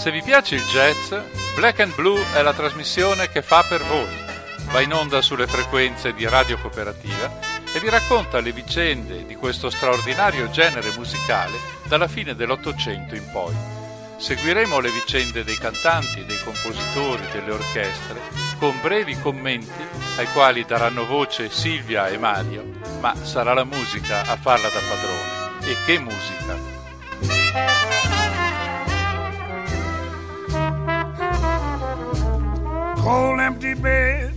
Se vi piace il jazz, Black and Blue è la trasmissione che fa per voi. Va in onda sulle frequenze di Radio Cooperativa e vi racconta le vicende di questo straordinario genere musicale dalla fine dell'Ottocento in poi. Seguiremo le vicende dei cantanti, dei compositori, delle orchestre, con brevi commenti ai quali daranno voce Silvia e Mario, ma sarà la musica a farla da padrone. E che musica! Cold empty bed,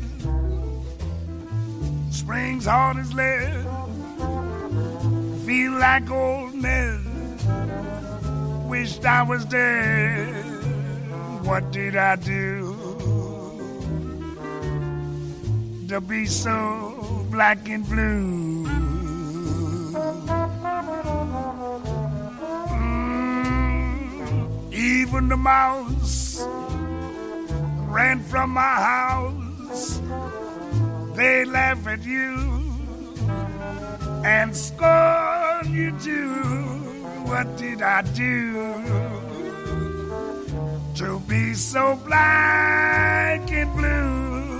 springs hard as lead, feel like old Ned, wished I was dead. What did I do to be so black and blue? Even the mouse ran from my house. They laugh at you and scorn you too. What did I do to be so black and blue?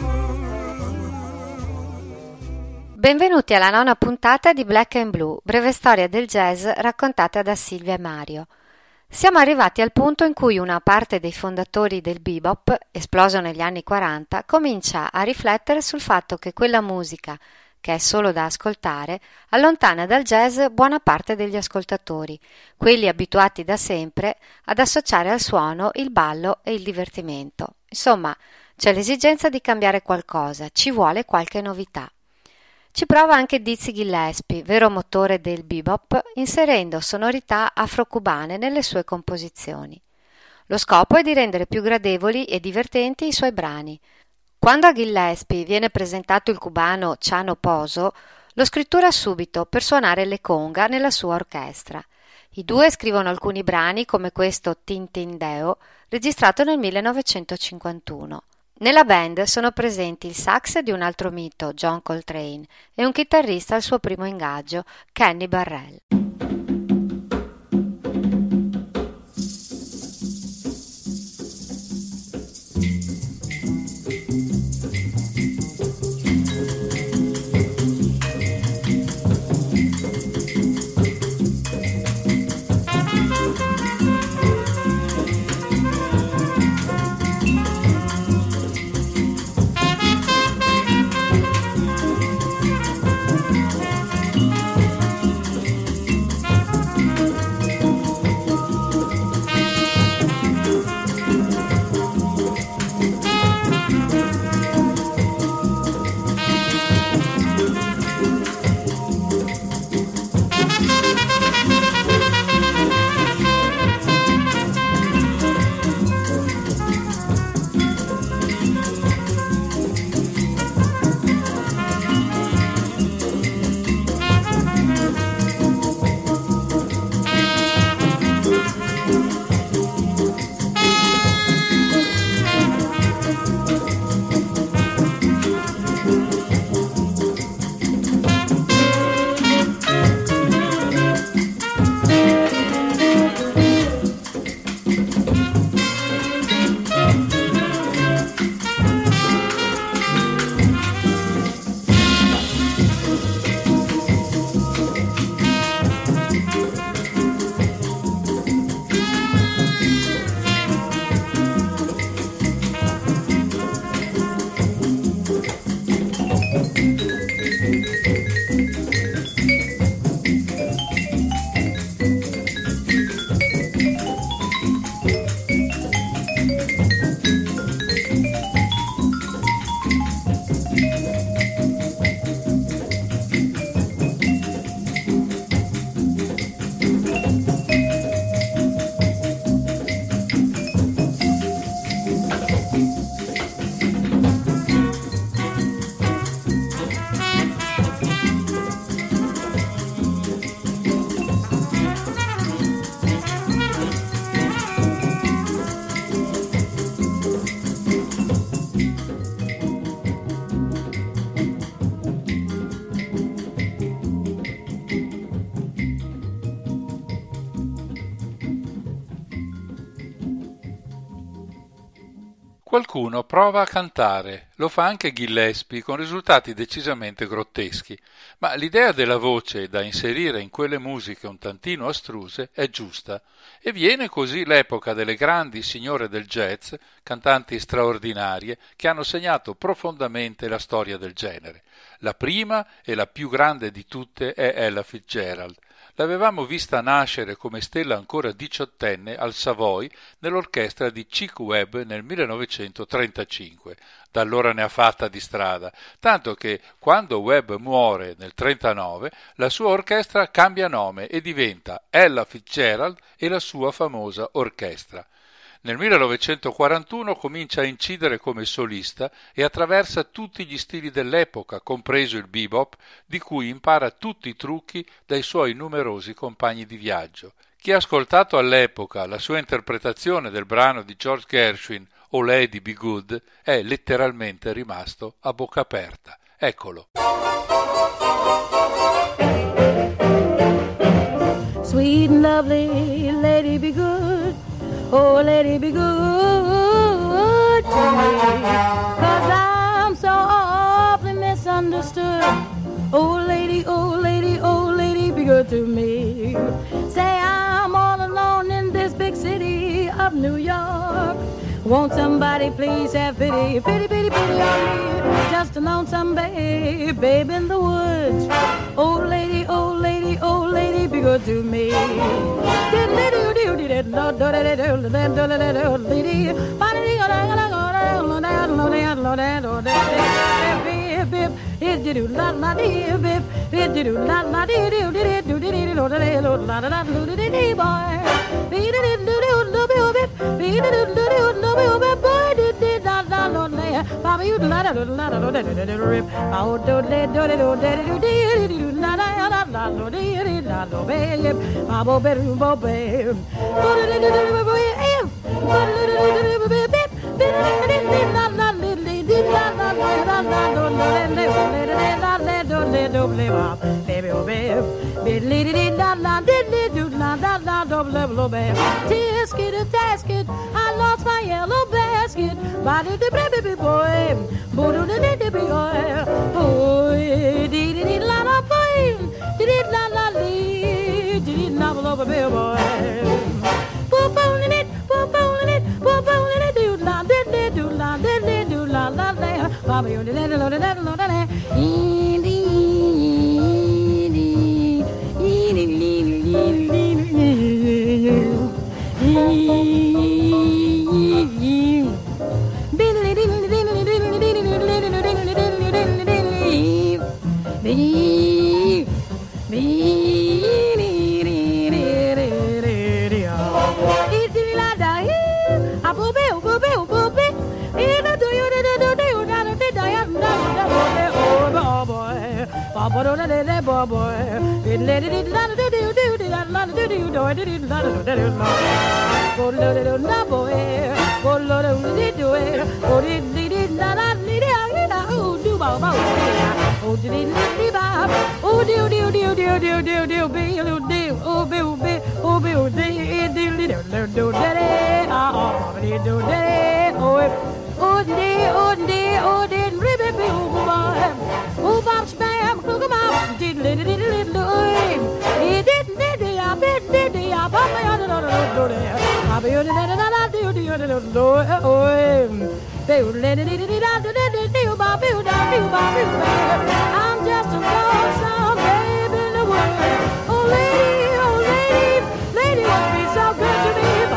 Benvenuti alla nona puntata di Black and Blue, breve storia del jazz raccontata da Silvia e Mario. Siamo arrivati al punto in cui una parte dei fondatori del bebop, esploso negli anni 40, comincia a riflettere sul fatto che quella musica, che è solo da ascoltare, allontana dal jazz buona parte degli ascoltatori, quelli abituati da sempre ad associare al suono il ballo e il divertimento. Insomma, c'è l'esigenza di cambiare qualcosa, ci vuole qualche novità. Ci prova anche Dizzy Gillespie, vero motore del bebop, inserendo sonorità afro-cubane nelle sue composizioni. Lo scopo è di rendere più gradevoli e divertenti i suoi brani. Quando a Gillespie viene presentato il cubano Chano Pozo, lo scrittura subito per suonare le conga nella sua orchestra. I due scrivono alcuni brani come questo Tintindeo, registrato nel 1951. Nella band sono presenti il sax di un altro mito, John Coltrane, e un chitarrista al suo primo ingaggio, Kenny Barrell. Qualcuno prova a cantare, lo fa anche Gillespie con risultati decisamente grotteschi, ma l'idea della voce da inserire in quelle musiche un tantino astruse è giusta, e viene così l'epoca delle grandi signore del jazz, cantanti straordinarie che hanno segnato profondamente la storia del genere. La prima e la più grande di tutte è Ella Fitzgerald. L'avevamo vista nascere come stella ancora diciottenne al Savoy nell'orchestra di Chick Webb nel 1935. Da allora ne ha fatta di strada, tanto che quando Webb muore nel 1939 la sua orchestra cambia nome e diventa Ella Fitzgerald e la sua famosa orchestra. Nel 1941 comincia a incidere come solista e attraversa tutti gli stili dell'epoca, compreso il bebop, di cui impara tutti i trucchi dai suoi numerosi compagni di viaggio. Chi ha ascoltato all'epoca la sua interpretazione del brano di George Gershwin "Oh Lady Be Good" è letteralmente rimasto a bocca aperta. Eccolo. Sweet and lovely lady be good. Oh, lady, be good to me, 'cause I'm so awfully misunderstood. Oh, lady, oh, lady, oh, lady, be good to me. Say I'm all alone in this big city of New York. Won't somebody please have pity, pity, pity, pity on me? Just a lonesome babe in the woods. Oh, lady, oh, lady, oh, lady, be good to me. Tisket, I lost my yellow basket. Body the baby boy, bodo the baby boy. Boy, did it la la boy, did it la la lee, did it novel over baby boy. Poop on it, poop on it, poop on it, do la, did do la, did do la la la. Baba, you did it, lo did it, lo did it. I'm just a lonesome babe in the world. Oh lady, lady, won't be so good to me,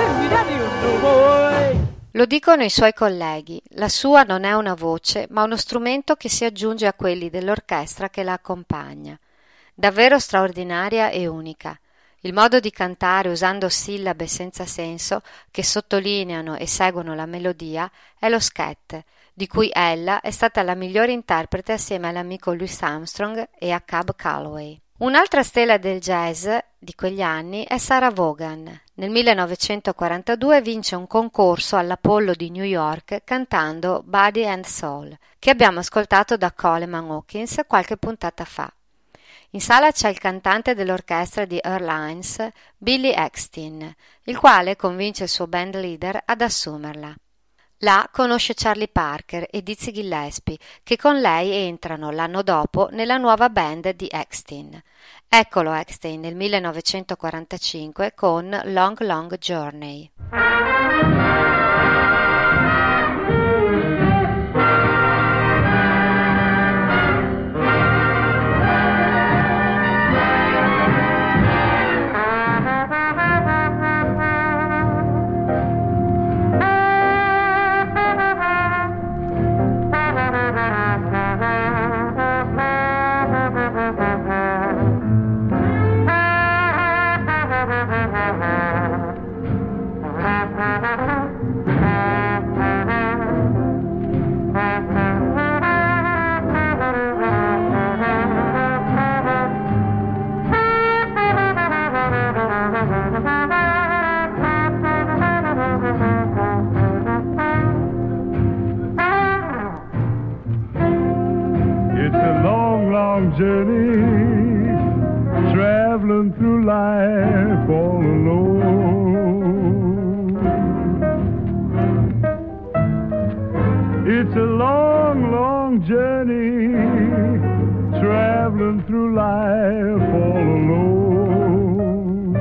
Bobby. Lo dicono i suoi colleghi, la sua non è una voce, ma uno strumento che si aggiunge a quelli dell'orchestra che la accompagna. Davvero straordinaria e unica. Il modo di cantare usando sillabe senza senso che sottolineano e seguono la melodia è lo scat, di cui ella è stata la migliore interprete assieme all'amico Louis Armstrong e a Cab Calloway. Un'altra stella del jazz di quegli anni è Sarah Vaughan. Nel 1942 vince un concorso all'Apollo di New York cantando Body and Soul, che abbiamo ascoltato da Coleman Hawkins qualche puntata fa. In sala c'è il cantante dell'orchestra di Earl Hines, Billy Eckstine, il quale convince il suo band leader ad assumerla. Là conosce Charlie Parker e Dizzy Gillespie, che con lei entrano l'anno dopo nella nuova band di Extine. Eccolo Extine nel 1945 con Long Long Journey. Journey, traveling through life all alone. It's a long, long journey, traveling through life all alone.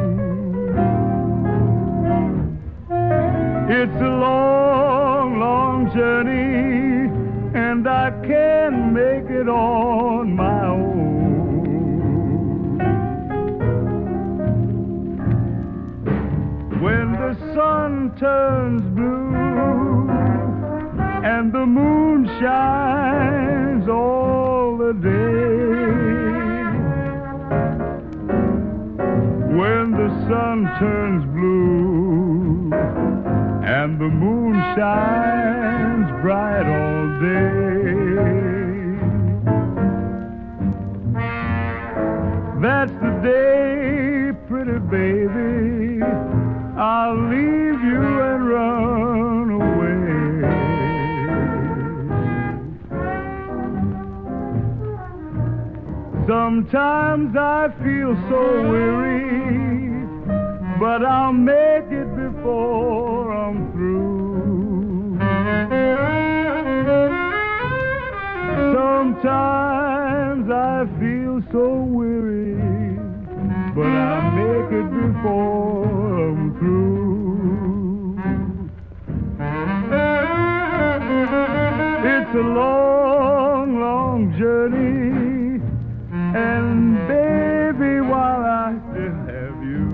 It's a long, long journey, and I can't make it on my own. When the sun turns blue and the moon shines all the day, when the sun turns blue and the moon shines bright all day, that's the day, pretty baby, I'll leave you and run away. Sometimes I feel so weary, but I'll make it before I'm through. Sometimes I feel so weary, but I'll make it before I'm through. It's a long, long journey, and baby, while I still have you,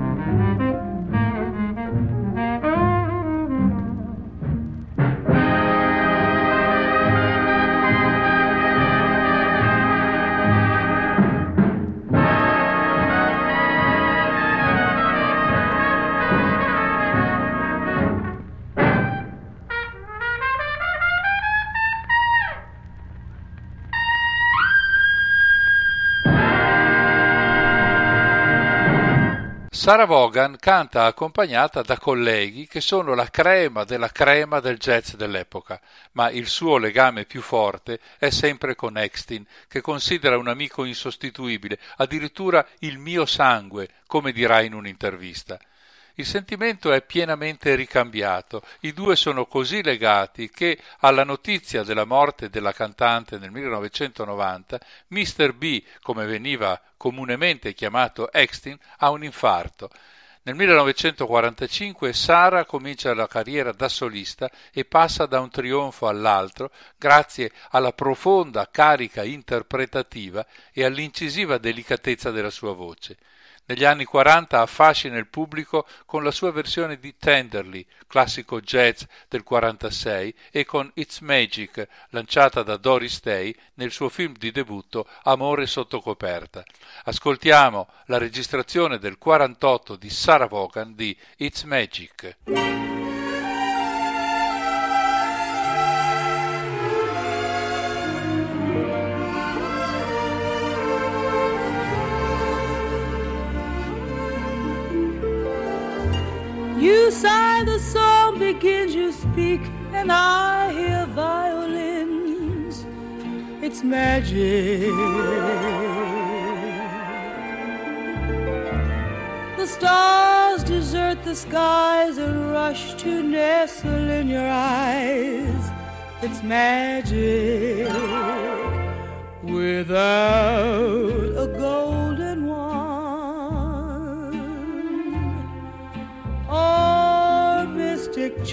Sarah Vaughan canta accompagnata da colleghi che sono la crema della crema del jazz dell'epoca, ma il suo legame più forte è sempre con Extine, che considera un amico insostituibile, addirittura il mio sangue, come dirà in un'intervista. Il sentimento è pienamente ricambiato, i due sono così legati che alla notizia della morte della cantante nel 1990, Mr. B, come veniva comunemente chiamato Extine, ha un infarto. Nel 1945 Sarah comincia la carriera da solista e passa da un trionfo all'altro grazie alla profonda carica interpretativa e all'incisiva delicatezza della sua voce. Negli anni 40 affascina il pubblico con la sua versione di Tenderly, classico jazz del 46, e con It's Magic, lanciata da Doris Day nel suo film di debutto Amore sotto coperta. Ascoltiamo la registrazione del 48 di Sarah Vaughan di It's Magic. You sigh, the song begins, you speak, and I hear violins. It's magic. The stars desert the the skies a rush to nestle in your eyes. It's magic without a golden wand or mystic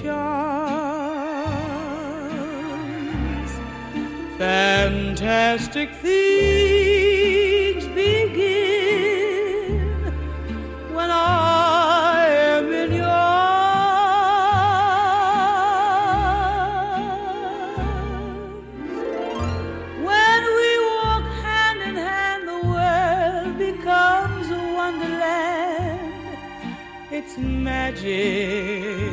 charms. Fantastic things begin when I am in your arms. When we walk hand in hand, the world becomes a wonderland. It's magic.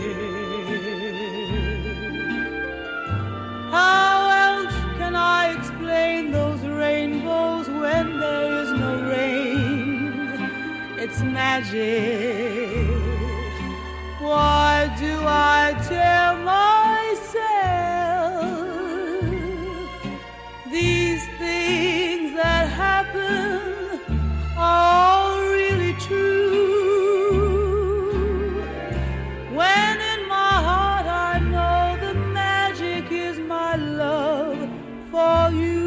How else can I explain those rainbows when there is no rain? It's magic. Why do I tell myself these things that happen are really true? When in my heart I know the magic is my love for you.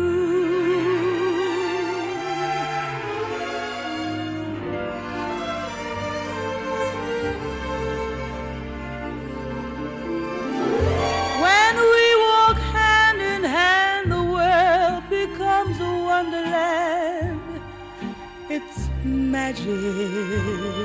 When we walk hand in hand, the world becomes a wonderland. It's magic.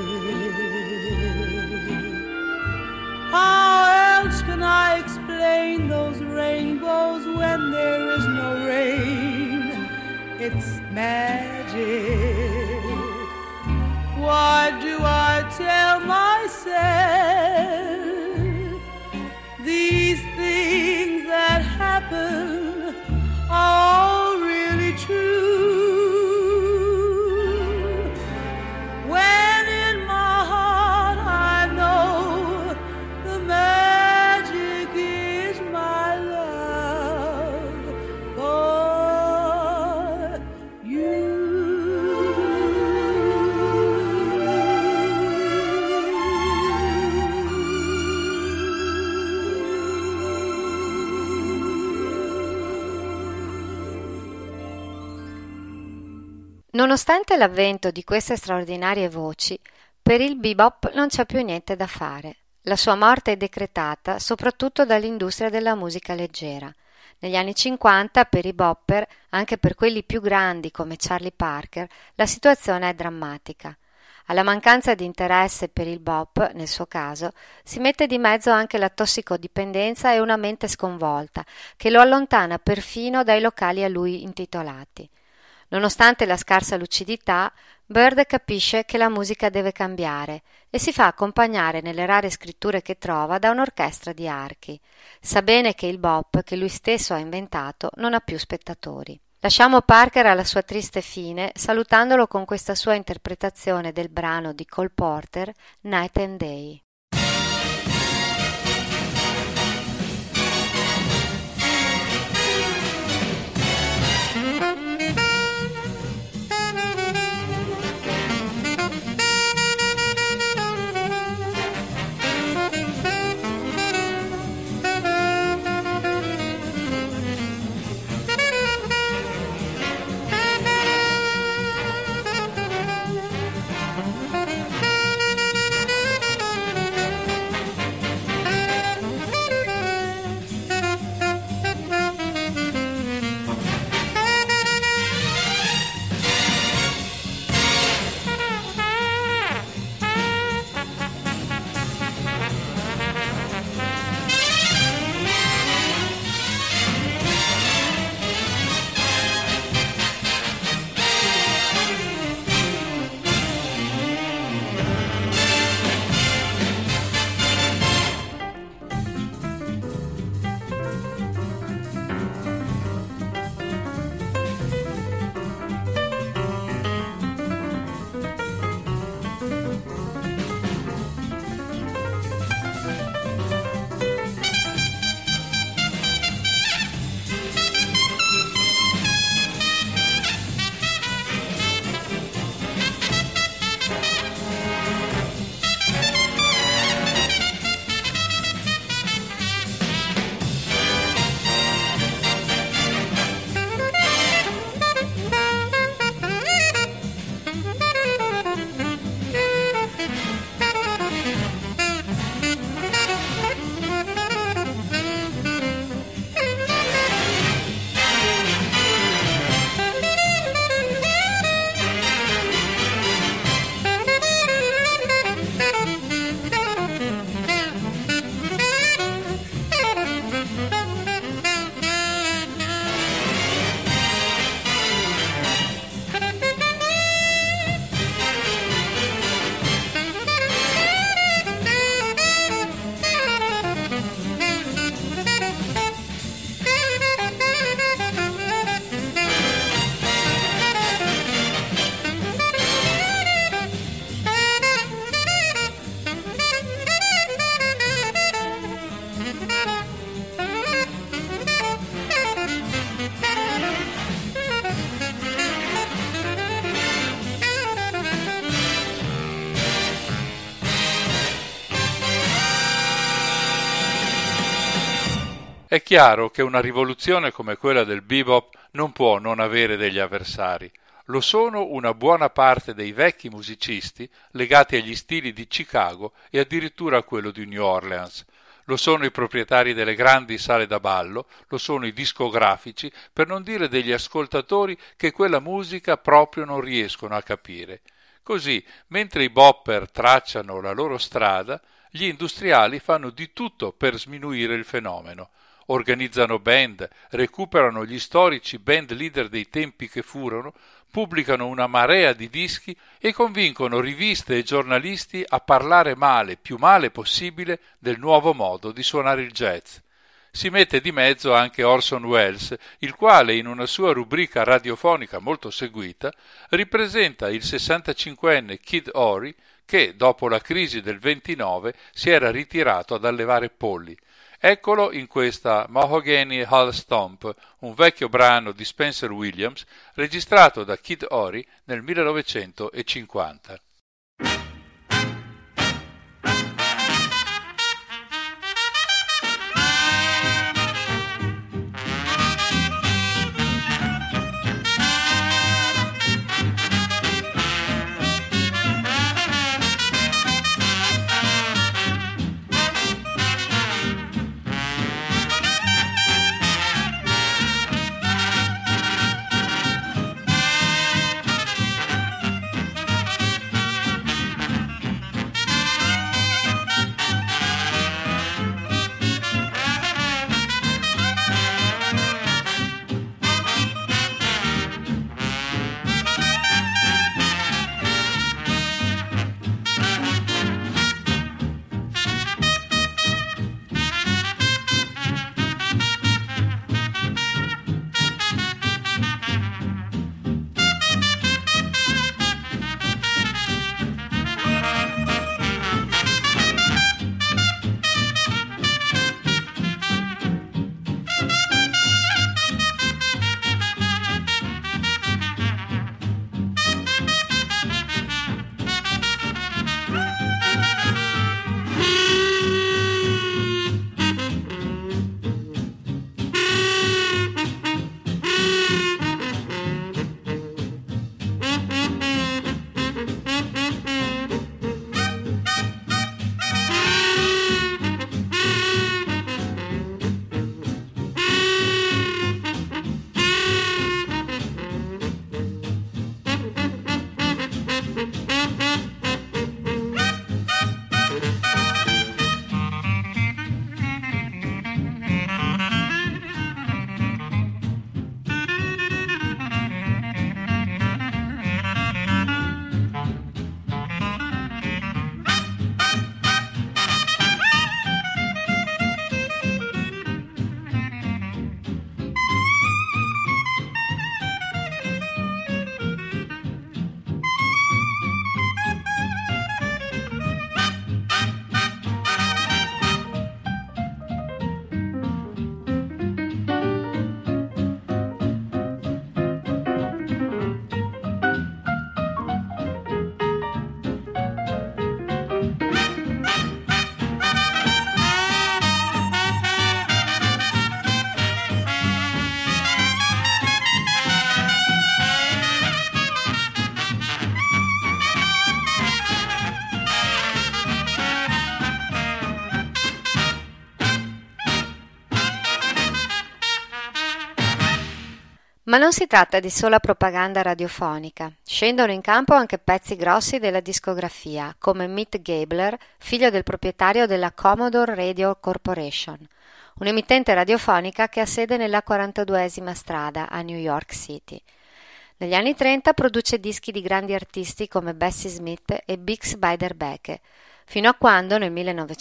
How else can I explain those rainbows when there is no rain? It's magic. Why do I tell myself these things that happen are all really true? When in my heart I know the magic is my love for you. Nonostante l'avvento di queste straordinarie voci, per il bebop non c'è più niente da fare. La sua morte è decretata soprattutto dall'industria della musica leggera. Negli anni 50, per i bopper, anche per quelli più grandi come Charlie Parker, la situazione è drammatica. Alla mancanza di interesse per il bop, nel suo caso, si mette di mezzo anche la tossicodipendenza e una mente sconvolta, che lo allontana perfino dai locali a lui intitolati. Nonostante la scarsa lucidità, Bird capisce che la musica deve cambiare e si fa accompagnare nelle rare scritture che trova da un'orchestra di archi. Sa bene che il bop, che lui stesso ha inventato, non ha più spettatori. Lasciamo Parker alla sua triste fine, salutandolo con questa sua interpretazione del brano di Cole Porter, Night and Day. È chiaro che una rivoluzione come quella del bebop non può non avere degli avversari. Lo sono una buona parte dei vecchi musicisti legati agli stili di Chicago e addirittura a quello di New Orleans. Lo sono i proprietari delle grandi sale da ballo, lo sono i discografici, per non dire degli ascoltatori che quella musica proprio non riescono a capire. Così, mentre i bopper tracciano la loro strada, gli industriali fanno di tutto per sminuire il fenomeno. Organizzano band, recuperano gli storici band leader dei tempi che furono, pubblicano una marea di dischi e convincono riviste e giornalisti a parlare male, più male possibile, del nuovo modo di suonare il jazz. Si mette di mezzo anche Orson Welles, il quale in una sua rubrica radiofonica molto seguita ripresenta il 65enne Kid Ory che, dopo la crisi del 29, si era ritirato ad allevare polli. Eccolo in questa Mahogany Hall Stomp, un vecchio brano di Spencer Williams registrato da Kid Ory nel 1950. Ma non si tratta di sola propaganda radiofonica. Scendono in campo anche pezzi grossi della discografia, come Milt Gabler, figlio del proprietario della Commodore Radio Corporation, un'emittente radiofonica che ha sede nella 42esima strada a New York City. Negli anni 30 produce dischi di grandi artisti come Bessie Smith e Bix Beiderbecke, fino a quando nel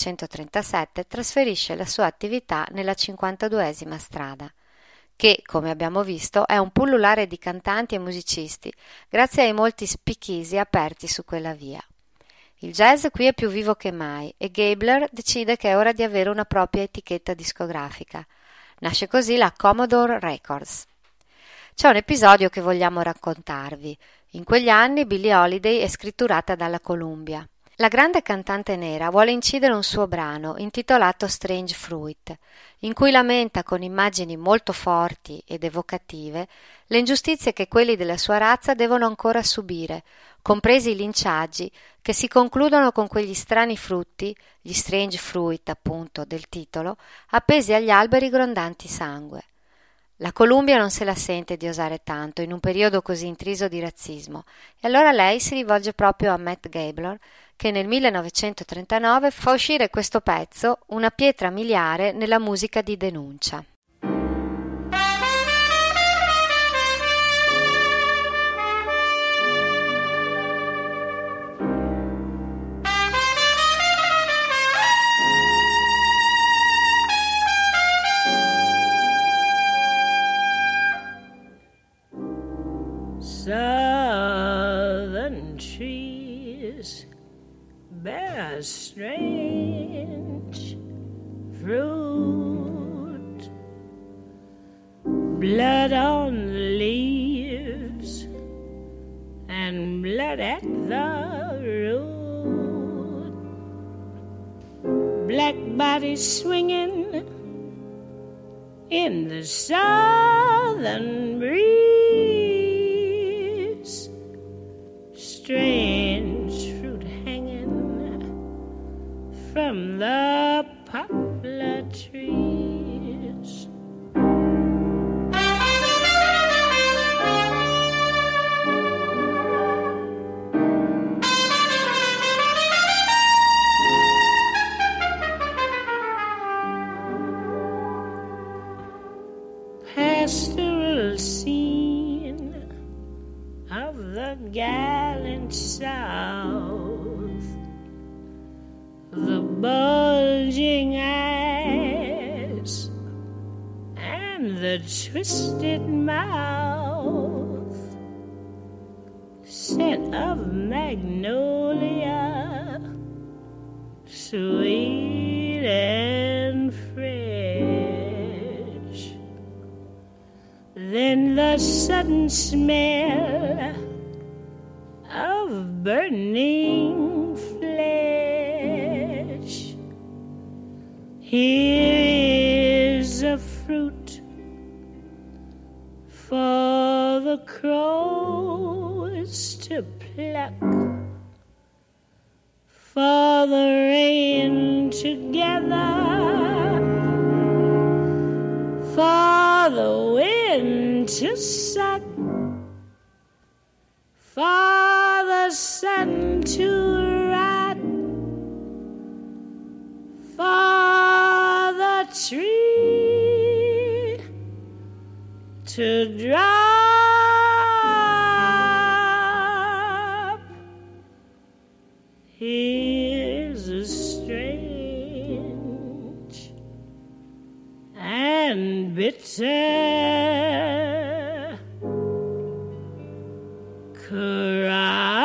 1937 trasferisce la sua attività nella 52esima strada, che, come abbiamo visto, è un pullulare di cantanti e musicisti, grazie ai molti speakeasy aperti su quella via. Il jazz qui è più vivo che mai e Gabler decide che è ora di avere una propria etichetta discografica. Nasce così la Commodore Records. C'è un episodio che vogliamo raccontarvi. In quegli anni Billie Holiday è scritturata dalla Columbia. La grande cantante nera vuole incidere un suo brano intitolato Strange Fruit, in cui lamenta con immagini molto forti ed evocative le ingiustizie che quelli della sua razza devono ancora subire, compresi i linciaggi che si concludono con quegli strani frutti, gli strange fruit appunto del titolo, appesi agli alberi grondanti sangue. La Columbia non se la sente di osare tanto in un periodo così intriso di razzismo e allora lei si rivolge proprio a Matt Gabler, che nel 1939 fa uscire questo pezzo, una pietra miliare nella musica di denuncia. Southern trees bear strange fruit, blood on the leaves and blood at the root, black bodies swinging in the southern breeze, strange fruit hanging from the poplar trees. Pastoral scene of the gallant South, the bulging eyes and the twisted mouth, scent of magnolia, sweet and fresh, then the sudden smell of burning flesh. Here is a fruit for the crows to pluck, for the rain to gather, for the wind to suck, for the sun to rot, for the tree to drop. Here's a strange and bitter cry.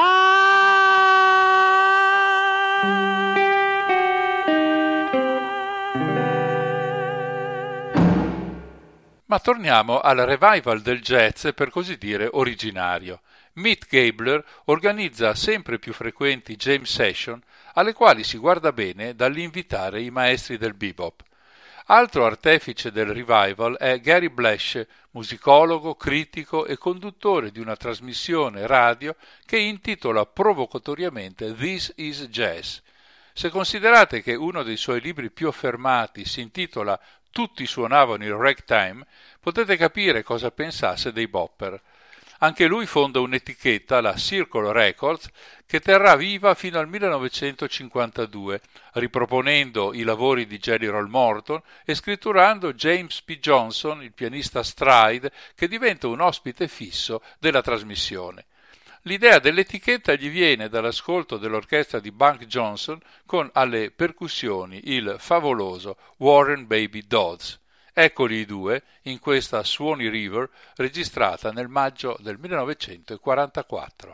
Ma torniamo al revival del jazz, per così dire, originario. Milt Gabler organizza sempre più frequenti jam session, alle quali si guarda bene dall'invitare i maestri del bebop. Altro artefice del revival è Gary Blash, musicologo, critico e conduttore di una trasmissione radio che intitola provocatoriamente This is Jazz. Se considerate che uno dei suoi libri più affermati si intitola Tutti suonavano il ragtime, potete capire cosa pensasse dei bopper. Anche lui fonda un'etichetta, la Circle Records, che terrà viva fino al 1952, riproponendo i lavori di Jelly Roll Morton e scritturando James P. Johnson, il pianista stride, che diventa un ospite fisso della trasmissione. L'idea dell'etichetta gli viene dall'ascolto dell'orchestra di Bunk Johnson con alle percussioni il favoloso Warren Baby Dodds. Eccoli i due in questa Swanee River registrata nel maggio del 1944.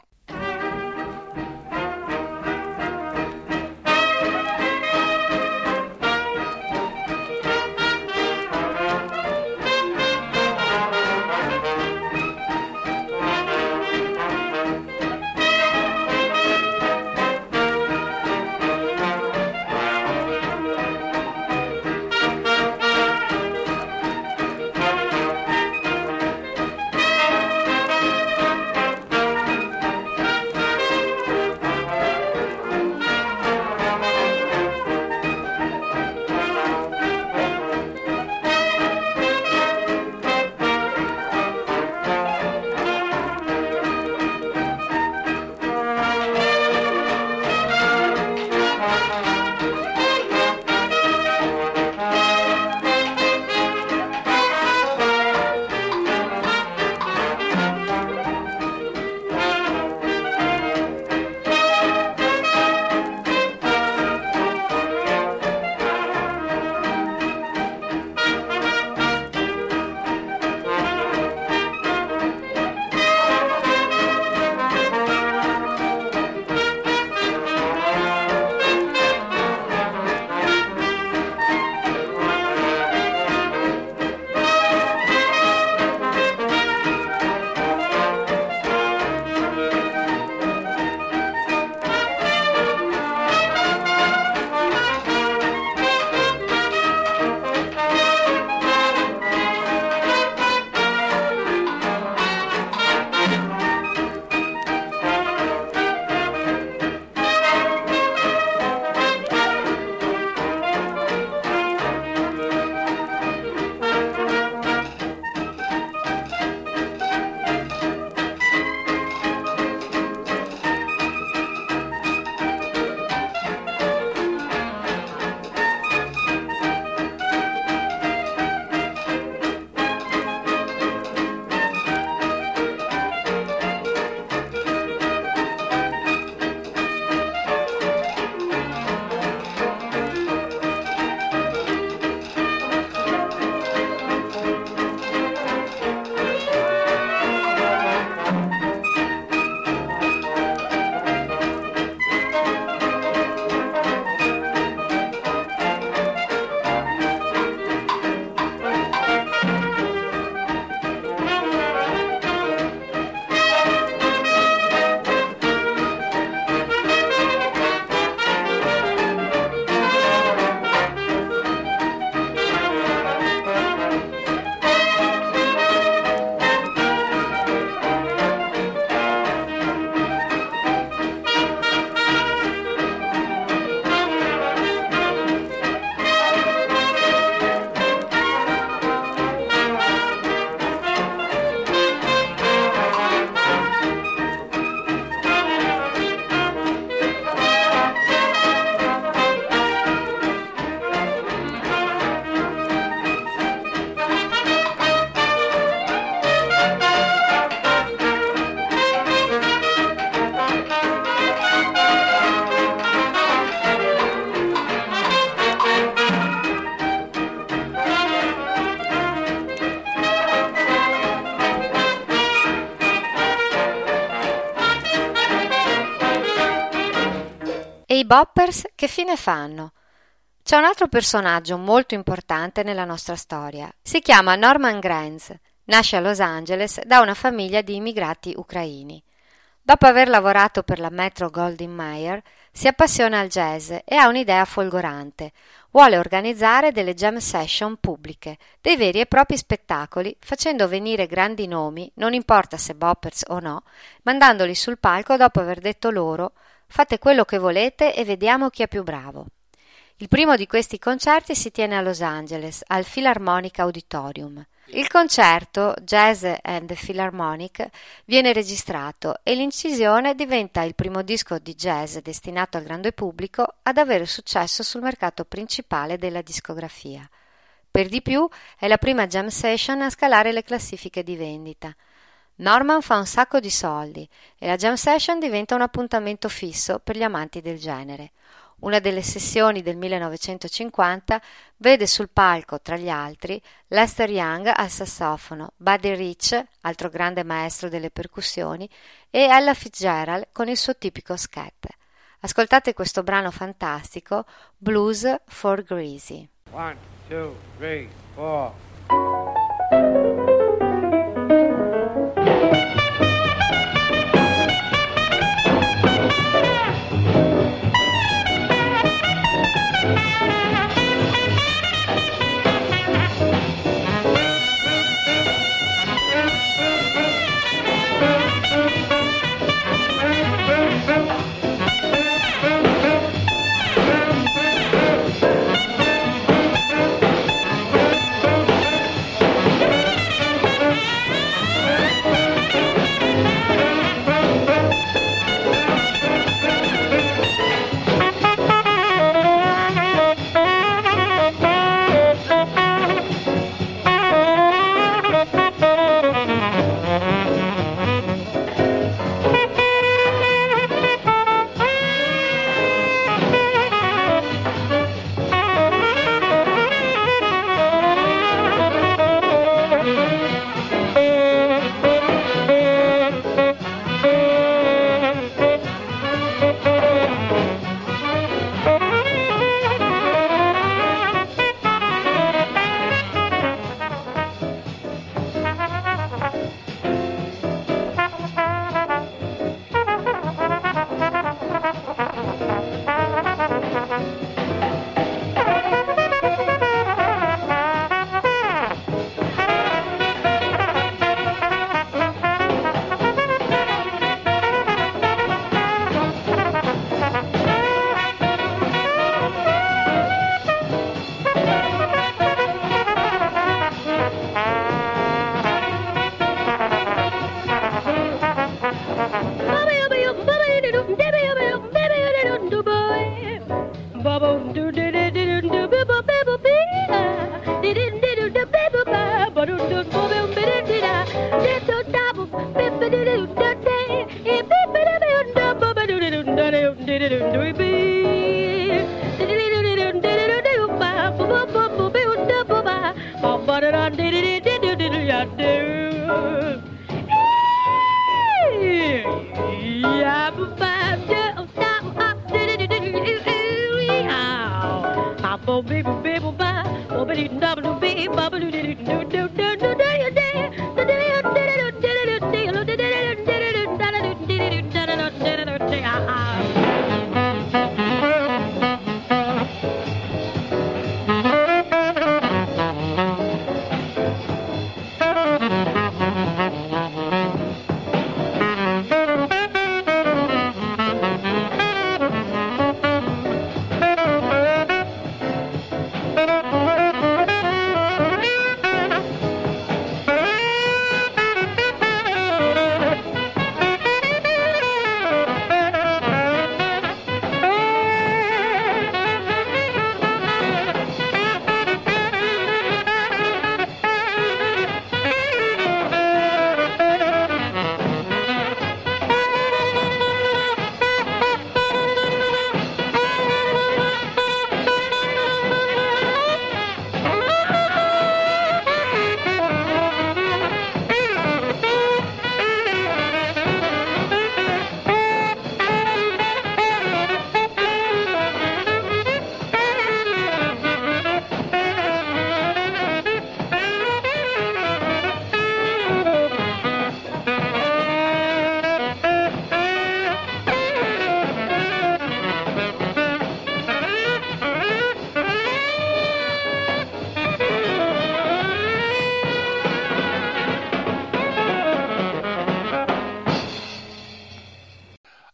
i boppers che fine fanno? C'è un altro personaggio molto importante nella nostra storia. Si chiama Norman Granz, nasce a Los Angeles da una famiglia di immigrati ucraini. Dopo aver lavorato per la Metro-Goldwyn-Mayer, si appassiona al jazz e ha un'idea folgorante. Vuole organizzare delle jam session pubbliche, dei veri e propri spettacoli, facendo venire grandi nomi, non importa se boppers o no, mandandoli sul palco dopo aver detto loro «Fate quello che volete e vediamo chi è più bravo». Il primo di questi concerti si tiene a Los Angeles, al Philharmonic Auditorium. Il concerto, Jazz and the Philharmonic, viene registrato e l'incisione diventa il primo disco di jazz destinato al grande pubblico ad avere successo sul mercato principale della discografia. Per di più, è la prima jam session a scalare le classifiche di vendita. Norman fa un sacco di soldi e la jam session diventa un appuntamento fisso per gli amanti del genere. Una delle sessioni del 1950 vede sul palco, tra gli altri, Lester Young al sassofono, Buddy Rich, altro grande maestro delle percussioni, e Ella Fitzgerald con il suo tipico scat. Ascoltate questo brano fantastico, Blues for Greasy. 1, 2, 3, 4.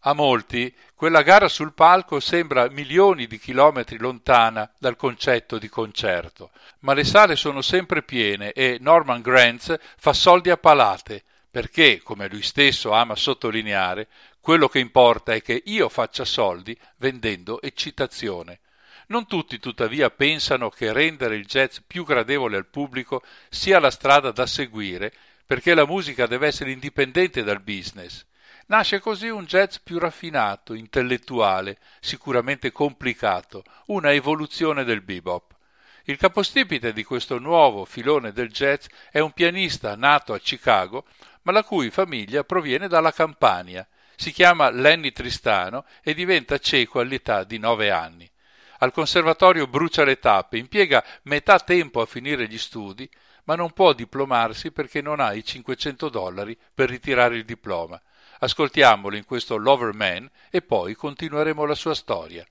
A molti quella gara sul palco sembra milioni di chilometri lontana dal concetto di concerto, ma le sale sono sempre piene e Norman Granz fa soldi a palate, perché, come lui stesso ama sottolineare, quello che importa è che io faccia soldi vendendo eccitazione. Non tutti, tuttavia, pensano che rendere il jazz più gradevole al pubblico sia la strada da seguire, perché la musica deve essere indipendente dal business. Nasce così un jazz più raffinato, intellettuale, sicuramente complicato, una evoluzione del bebop. Il capostipite di questo nuovo filone del jazz è un pianista nato a Chicago, ma la cui famiglia proviene dalla Campania. Si chiama Lenny Tristano e diventa cieco all'età di 9 anni. Al conservatorio brucia le tappe, impiega metà tempo a finire gli studi, ma non può diplomarsi perché non ha i $500 per ritirare il diploma. Ascoltiamolo in questo Lover Man e poi continueremo la sua storia.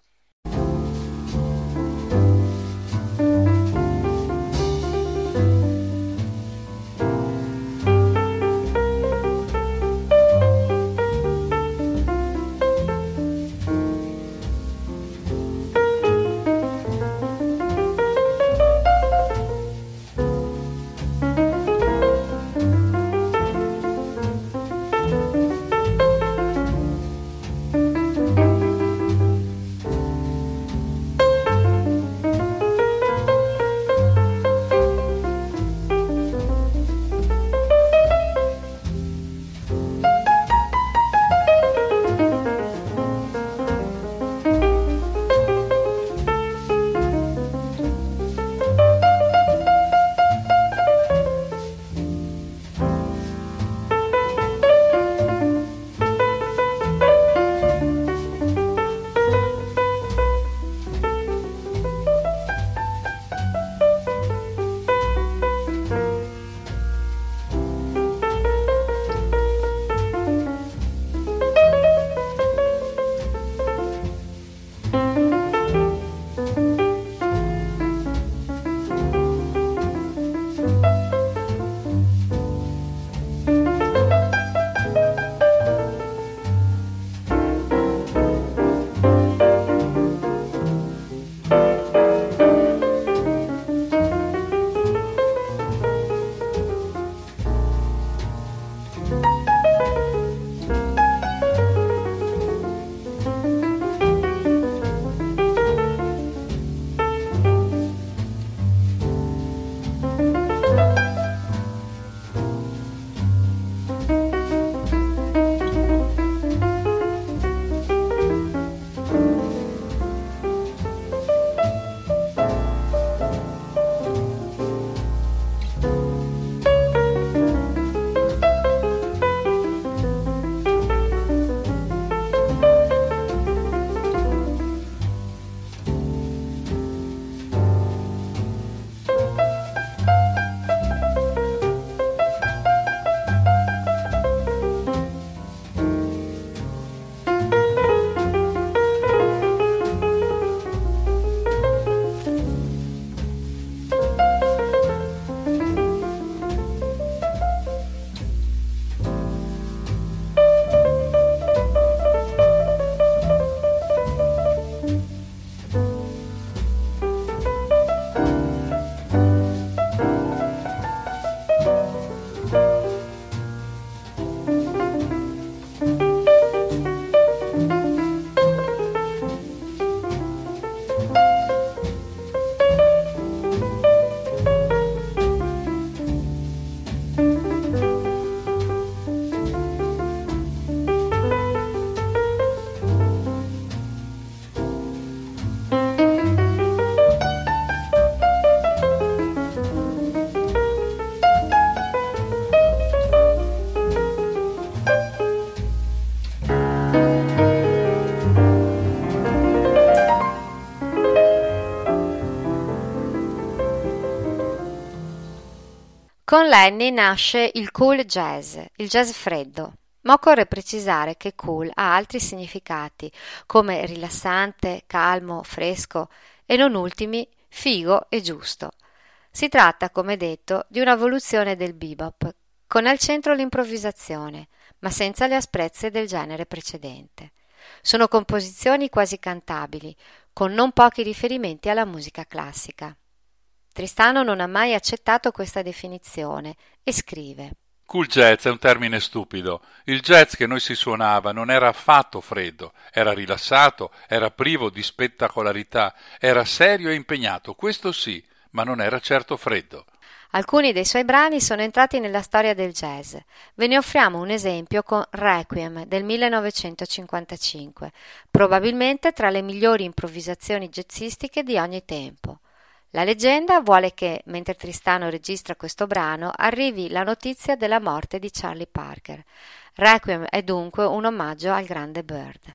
Con Lenny nasce il cool jazz, il jazz freddo, ma occorre precisare che cool ha altri significati, come rilassante, calmo, fresco e non ultimi figo e giusto. Si tratta, come detto, di un'evoluzione del bebop, con al centro l'improvvisazione, ma senza le asprezze del genere precedente. Sono composizioni quasi cantabili, con non pochi riferimenti alla musica classica. Tristano non ha mai accettato questa definizione e scrive: Cool jazz è un termine stupido. Il jazz che noi si suonava non era affatto freddo, era rilassato, era privo di spettacolarità, era serio e impegnato, questo sì, ma non era certo freddo. Alcuni dei suoi brani sono entrati nella storia del jazz. Ve ne offriamo un esempio con Requiem del 1955, probabilmente tra le migliori improvvisazioni jazzistiche di ogni tempo. La leggenda vuole che, mentre Tristano registra questo brano, arrivi la notizia della morte di Charlie Parker. Requiem è dunque un omaggio al grande Bird.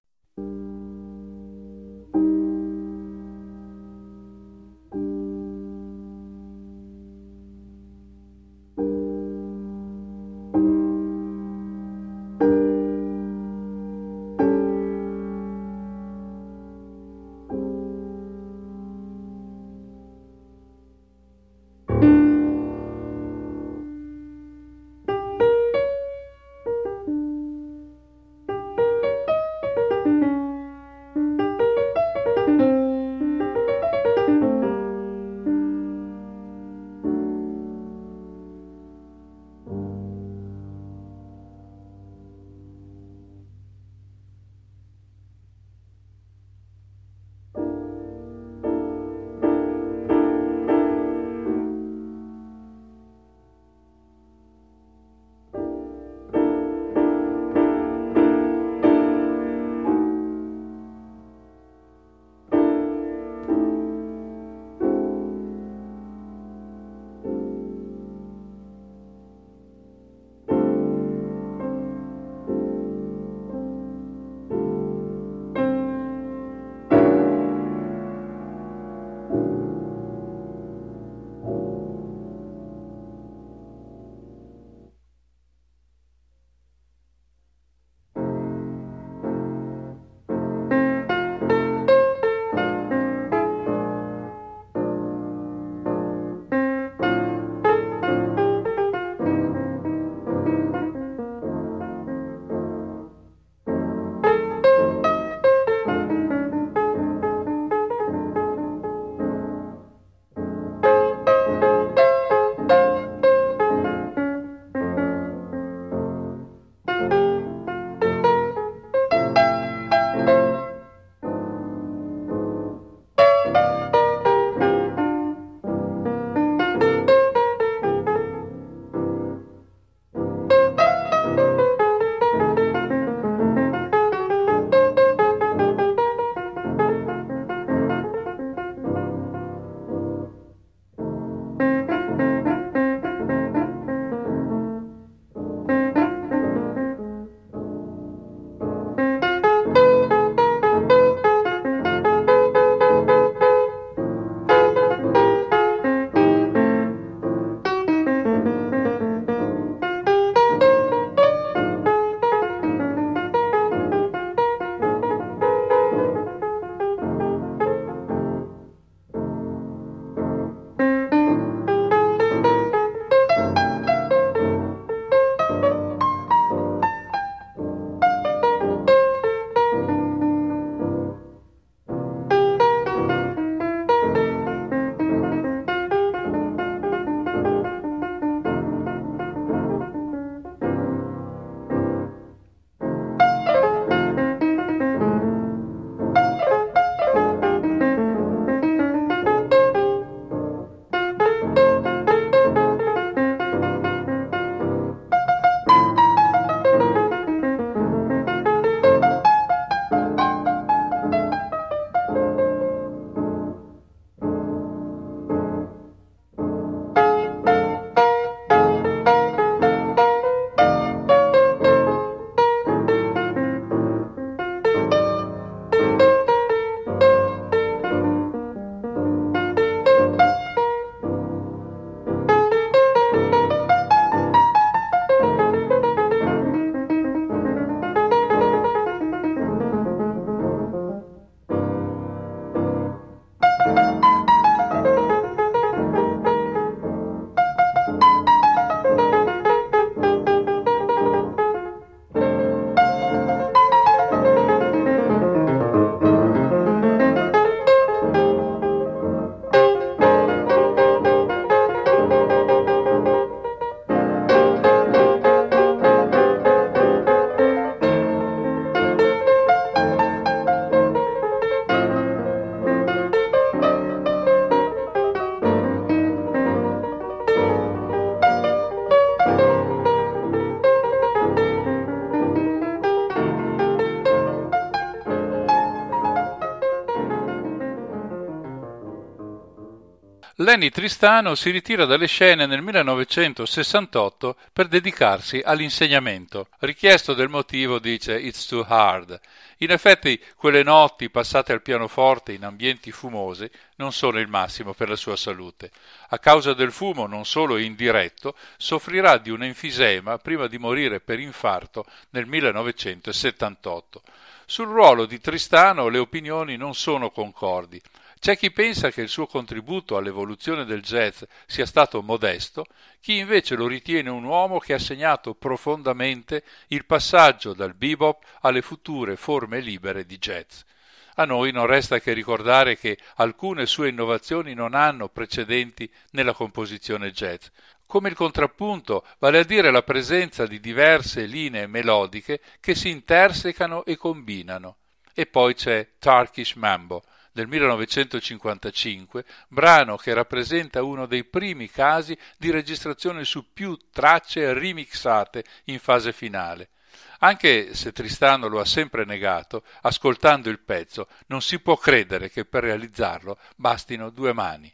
Lenny Tristano si ritira dalle scene nel 1968 per dedicarsi all'insegnamento. Richiesto del motivo dice "It's too hard". In effetti quelle notti passate al pianoforte in ambienti fumosi non sono il massimo per la sua salute. A causa del fumo, non solo indiretto, soffrirà di un enfisema prima di morire per infarto nel 1978. Sul ruolo di Tristano le opinioni non sono concordi. C'è chi pensa che il suo contributo all'evoluzione del jazz sia stato modesto, chi invece lo ritiene un uomo che ha segnato profondamente il passaggio dal bebop alle future forme libere di jazz. A noi non resta che ricordare che alcune sue innovazioni non hanno precedenti nella composizione jazz, come il contrappunto, vale a dire la presenza di diverse linee melodiche che si intersecano e combinano. E poi c'è Turkish Mambo, del 1955, brano che rappresenta uno dei primi casi di registrazione su più tracce remixate in fase finale. Anche se Tristano lo ha sempre negato, ascoltando il pezzo non si può credere che per realizzarlo bastino 2 mani.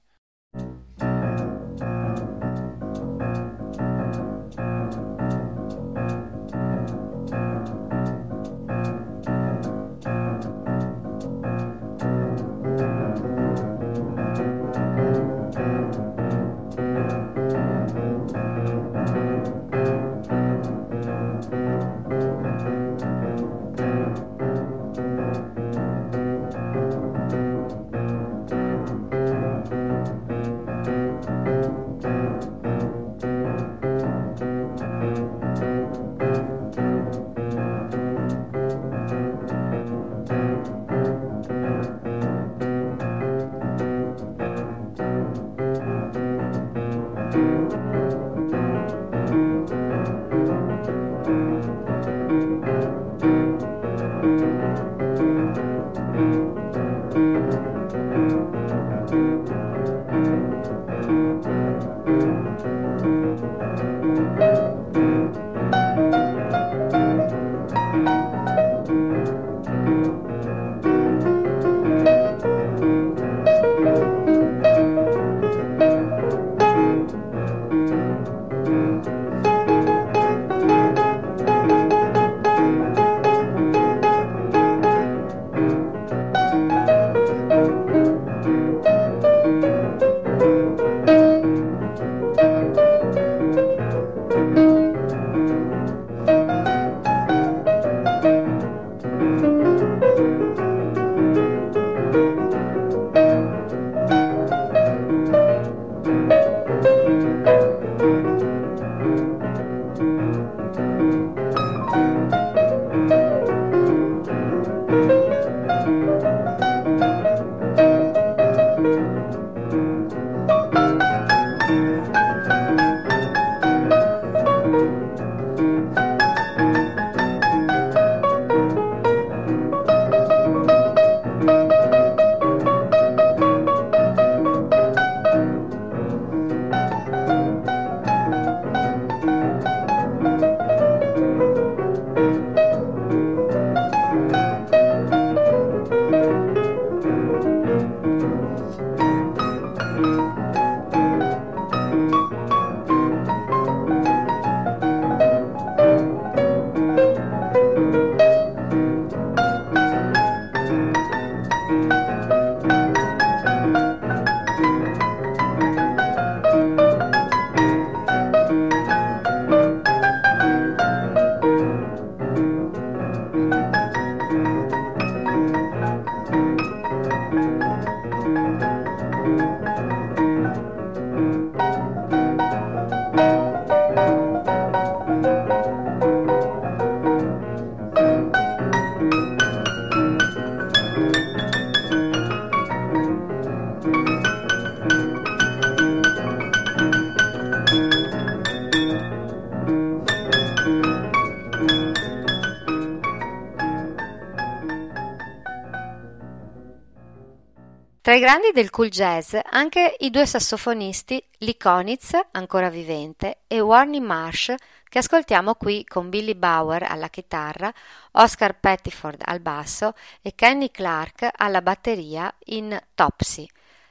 Tra i grandi del cool jazz anche i 2 sassofonisti Lee Konitz, ancora vivente, e Warnie Marsh, che ascoltiamo qui con Billy Bauer alla chitarra, Oscar Pettiford al basso e Kenny Clarke alla batteria in Topsy.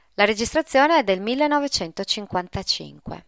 La registrazione è del 1955.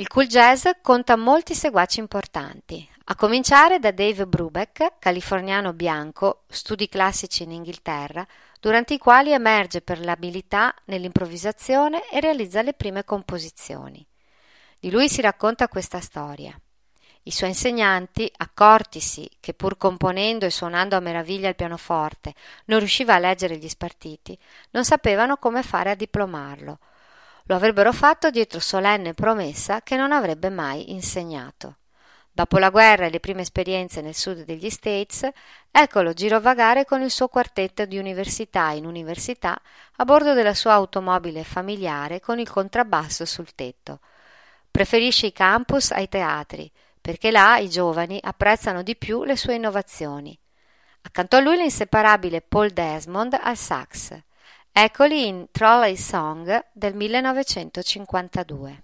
cool jazz conta molti seguaci importanti, a cominciare da Dave Brubeck, californiano bianco, studi classici in Inghilterra, durante i quali emerge per l'abilità nell'improvvisazione e realizza le prime composizioni. Di lui si racconta questa storia. I suoi insegnanti, accortisi che pur componendo e suonando a meraviglia il pianoforte non riusciva a leggere gli spartiti, non sapevano come fare a diplomarlo. Lo avrebbero fatto dietro solenne promessa che non avrebbe mai insegnato. Dopo la guerra e le prime esperienze nel sud degli States, eccolo girovagare con il suo quartetto di università in università a bordo della sua automobile familiare con il contrabbasso sul tetto. Preferisce i campus ai teatri, perché là i giovani apprezzano di più le sue innovazioni. Accanto a lui l'inseparabile Paul Desmond al sax. Eccoli in Trolley Song del 1952.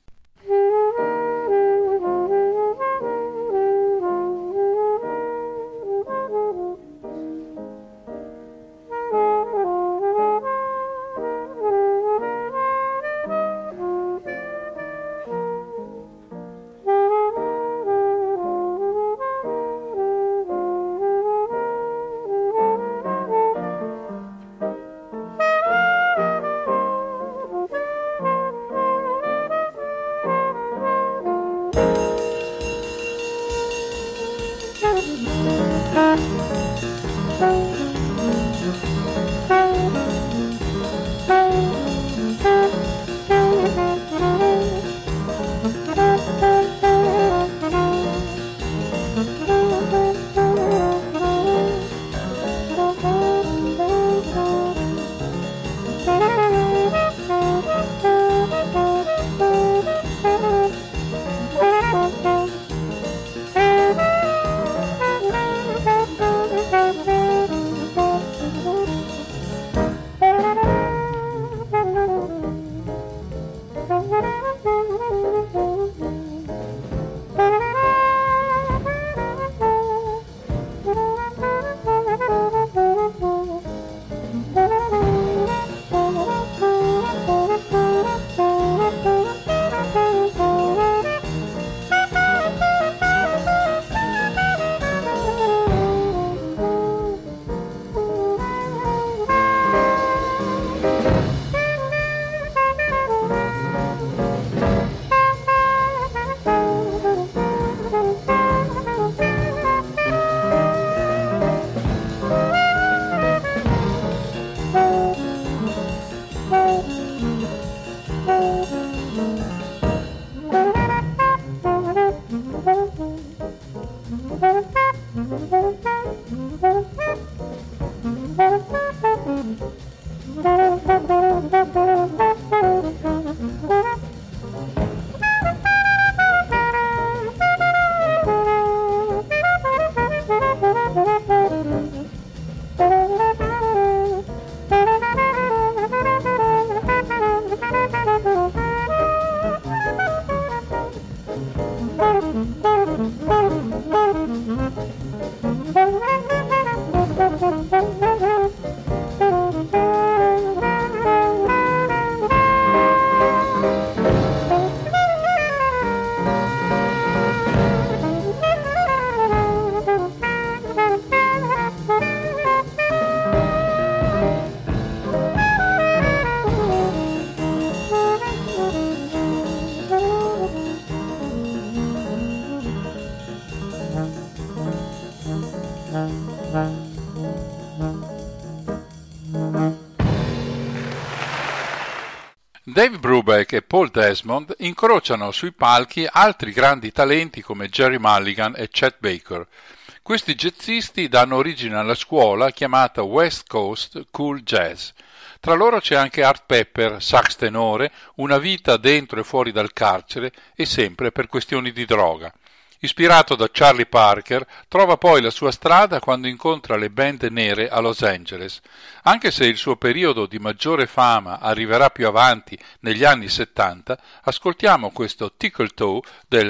Dave Brubeck e Paul Desmond incrociano sui palchi altri grandi talenti come Gerry Mulligan e Chet Baker. Questi jazzisti danno origine alla scuola chiamata West Coast Cool Jazz. Tra loro c'è anche Art Pepper, sax tenore, una vita dentro e fuori dal carcere e sempre per questioni di droga. Ispirato da Charlie Parker, trova poi la sua strada quando incontra le band nere a Los Angeles. Anche se il suo periodo di maggiore fama arriverà più avanti negli anni 70, ascoltiamo questo Tickle Toe del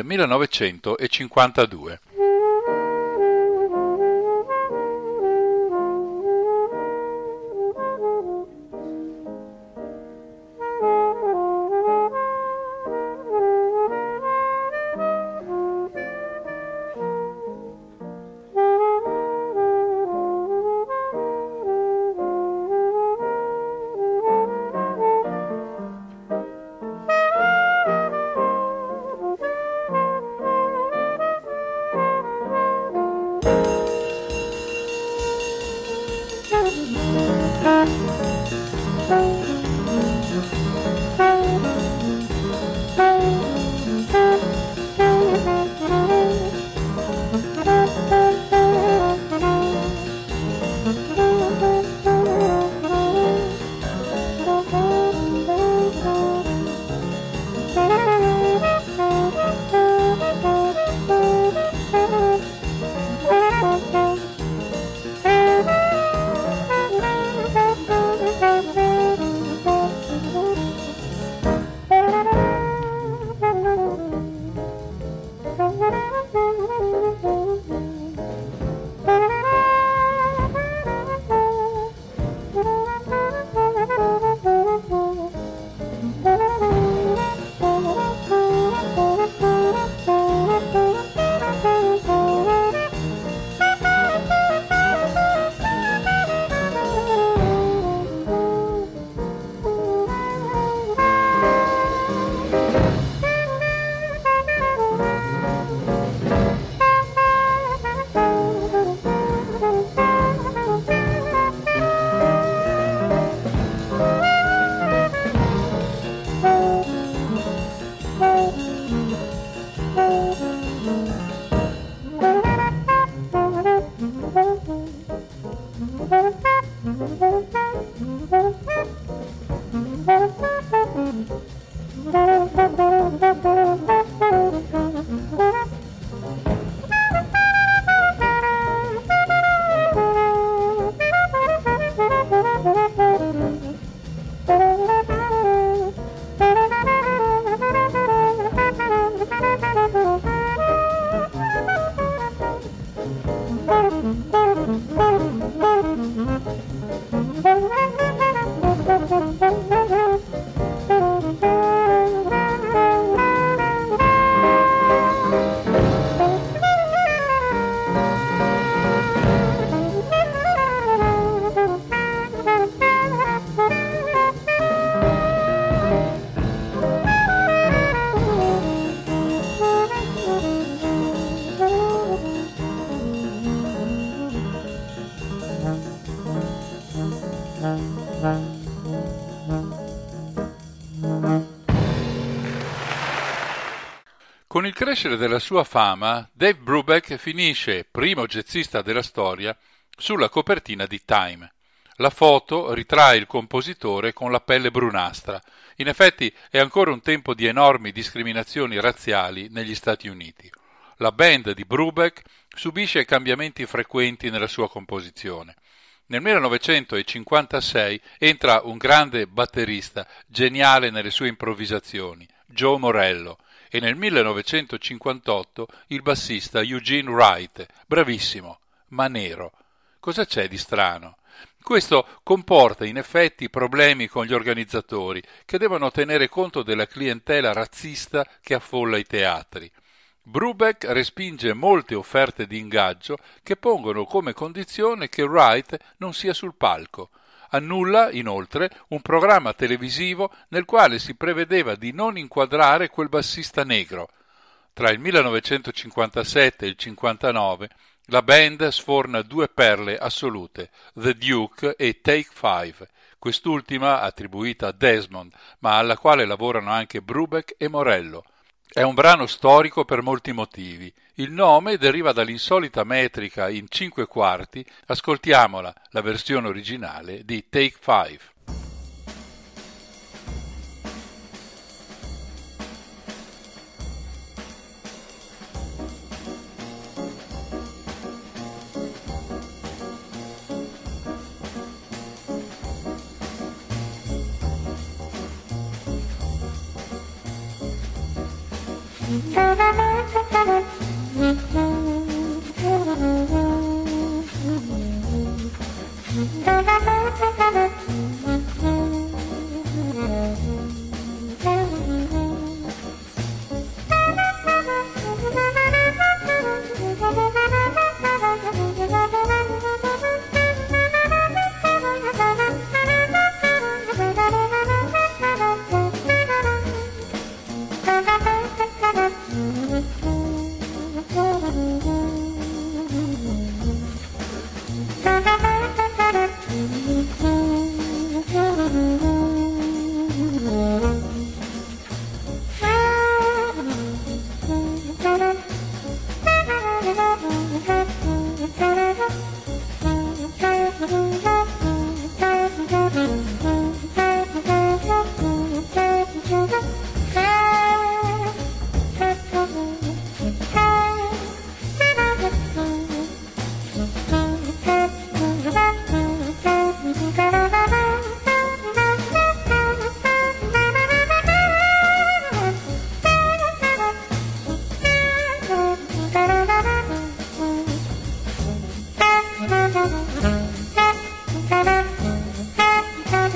1952. Con il crescere della sua fama, Dave Brubeck finisce, primo jazzista della storia, sulla copertina di Time. La foto ritrae il compositore con la pelle brunastra. In effetti è ancora un tempo di enormi discriminazioni razziali negli Stati Uniti. La band di Brubeck subisce cambiamenti frequenti nella sua composizione. Nel 1956 entra un grande batterista, geniale nelle sue improvvisazioni, Joe Morello, e nel 1958 il bassista Eugene Wright, bravissimo, ma nero. Cosa c'è di strano? Questo comporta in effetti problemi con gli organizzatori, che devono tenere conto della clientela razzista che affolla i teatri. Brubeck respinge molte offerte di ingaggio che pongono come condizione che Wright non sia sul palco. Annulla, inoltre, un programma televisivo nel quale si prevedeva di non inquadrare quel bassista negro. Tra il 1957 e il 59 la band sforna due perle assolute, The Duke e Take Five, quest'ultima attribuita a Desmond, ma alla quale lavorano anche Brubeck e Morello. È un brano storico per molti motivi. Il nome deriva dall'insolita metrica in 5 quarti. Ascoltiamola, la versione originale di Take Five.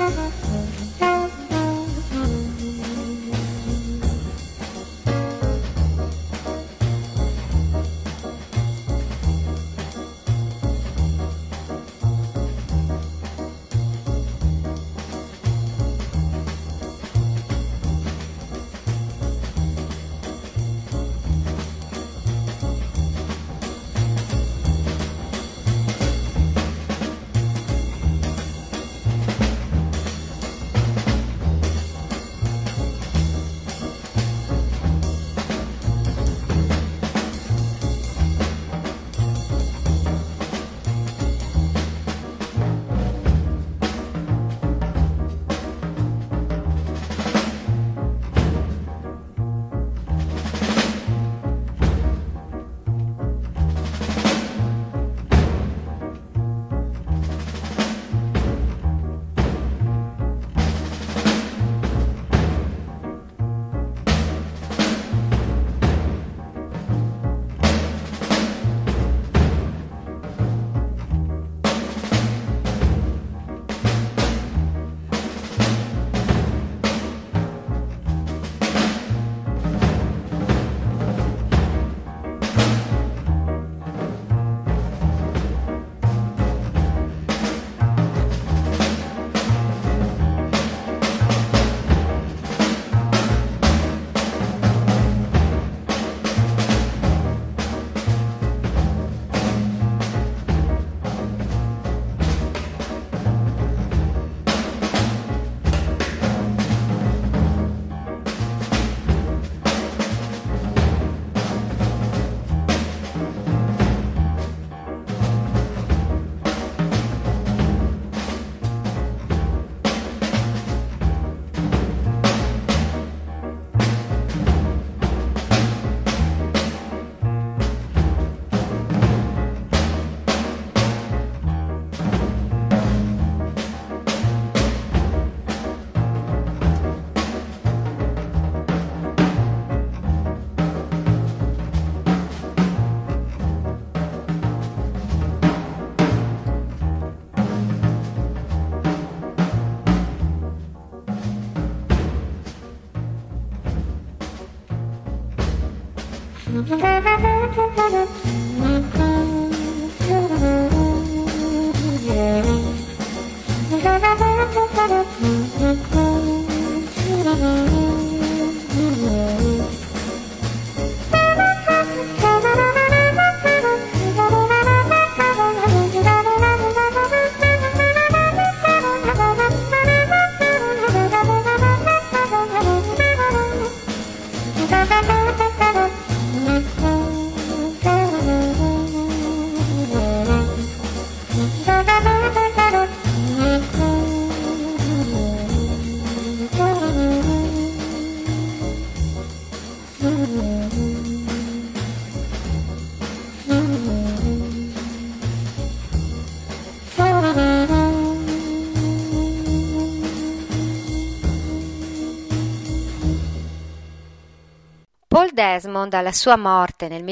Paul Desmond, alla sua morte nel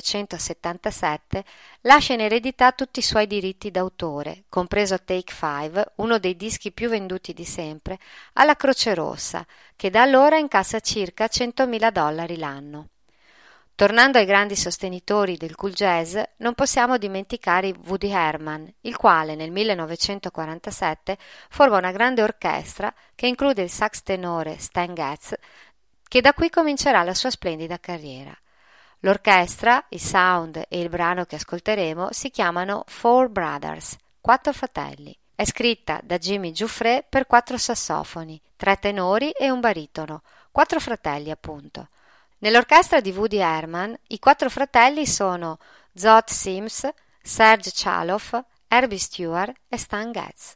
1977, lascia in eredità tutti i suoi diritti d'autore, compreso Take 5, uno dei dischi più venduti di sempre, alla Croce Rossa, che da allora incassa circa $100.000 l'anno. Tornando ai grandi sostenitori del cool jazz, non possiamo dimenticare Woody Herman, il quale nel 1947 forma una grande orchestra che include il sax tenore Stan Getz, che da qui comincerà la sua splendida carriera. L'orchestra, il sound e il brano che ascolteremo si chiamano Four Brothers, 4 fratelli. È scritta da Jimmy Giuffre per 4 sassofoni, 3 tenori e un baritono, 4 fratelli appunto. Nell'orchestra di Woody Herman i 4 fratelli sono Zod Sims, Serge Chaloff, Herbie Stewart e Stan Getz.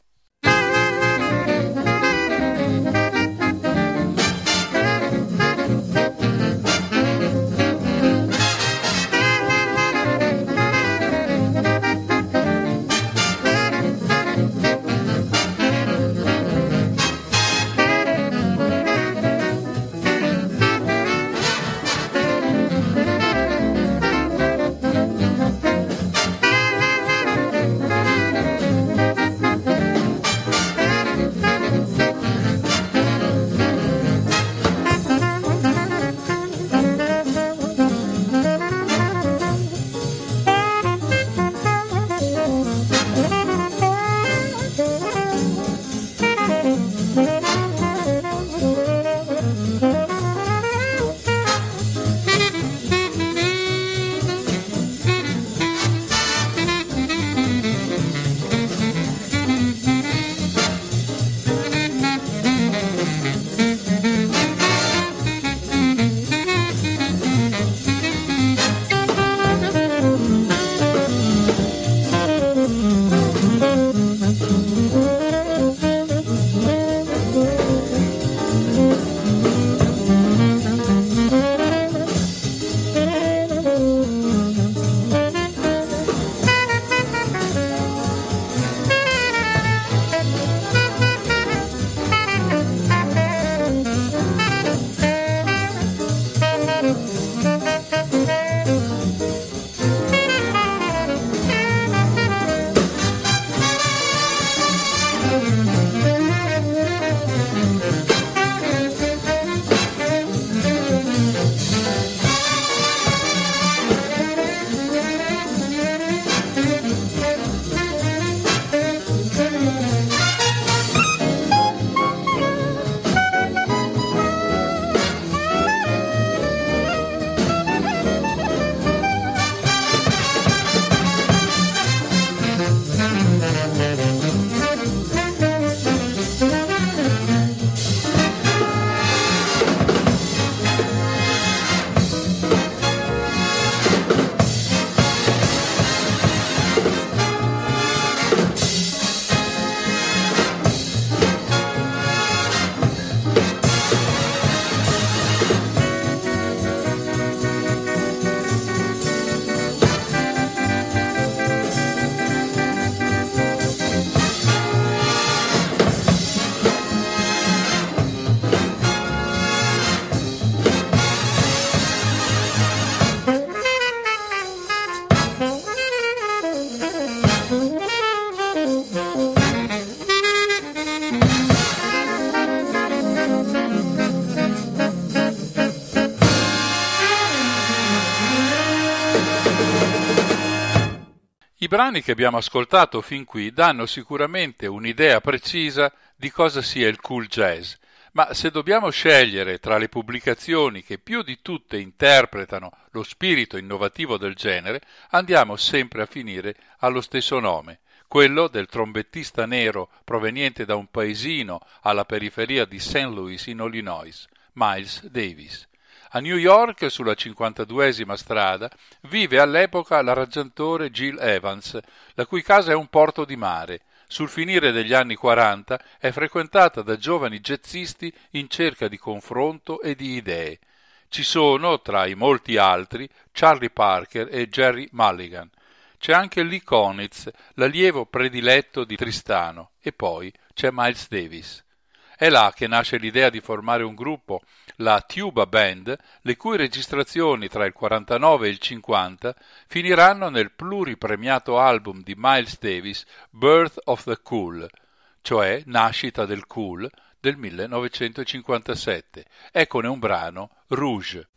I brani che abbiamo ascoltato fin qui danno sicuramente un'idea precisa di cosa sia il cool jazz, ma se dobbiamo scegliere tra le pubblicazioni che più di tutte interpretano lo spirito innovativo del genere, andiamo sempre a finire allo stesso nome, quello del trombettista nero proveniente da un paesino alla periferia di St. Louis in Illinois, Miles Davis. A New York, sulla 52esima strada, vive all'epoca l'arrangiatore Gil Evans, la cui casa è un porto di mare. Sul finire degli anni 40 è frequentata da giovani jazzisti in cerca di confronto e di idee. Ci sono, tra i molti altri, Charlie Parker e Gerry Mulligan. C'è anche Lee Konitz, l'allievo prediletto di Tristano, e poi c'è Miles Davis. È là che nasce l'idea di formare un gruppo, la Tuba Band, le cui registrazioni tra il 49 e il 50 finiranno nel pluripremiato album di Miles Davis Birth of the Cool, cioè Nascita del Cool, del 1957. Eccone un brano, Rouge.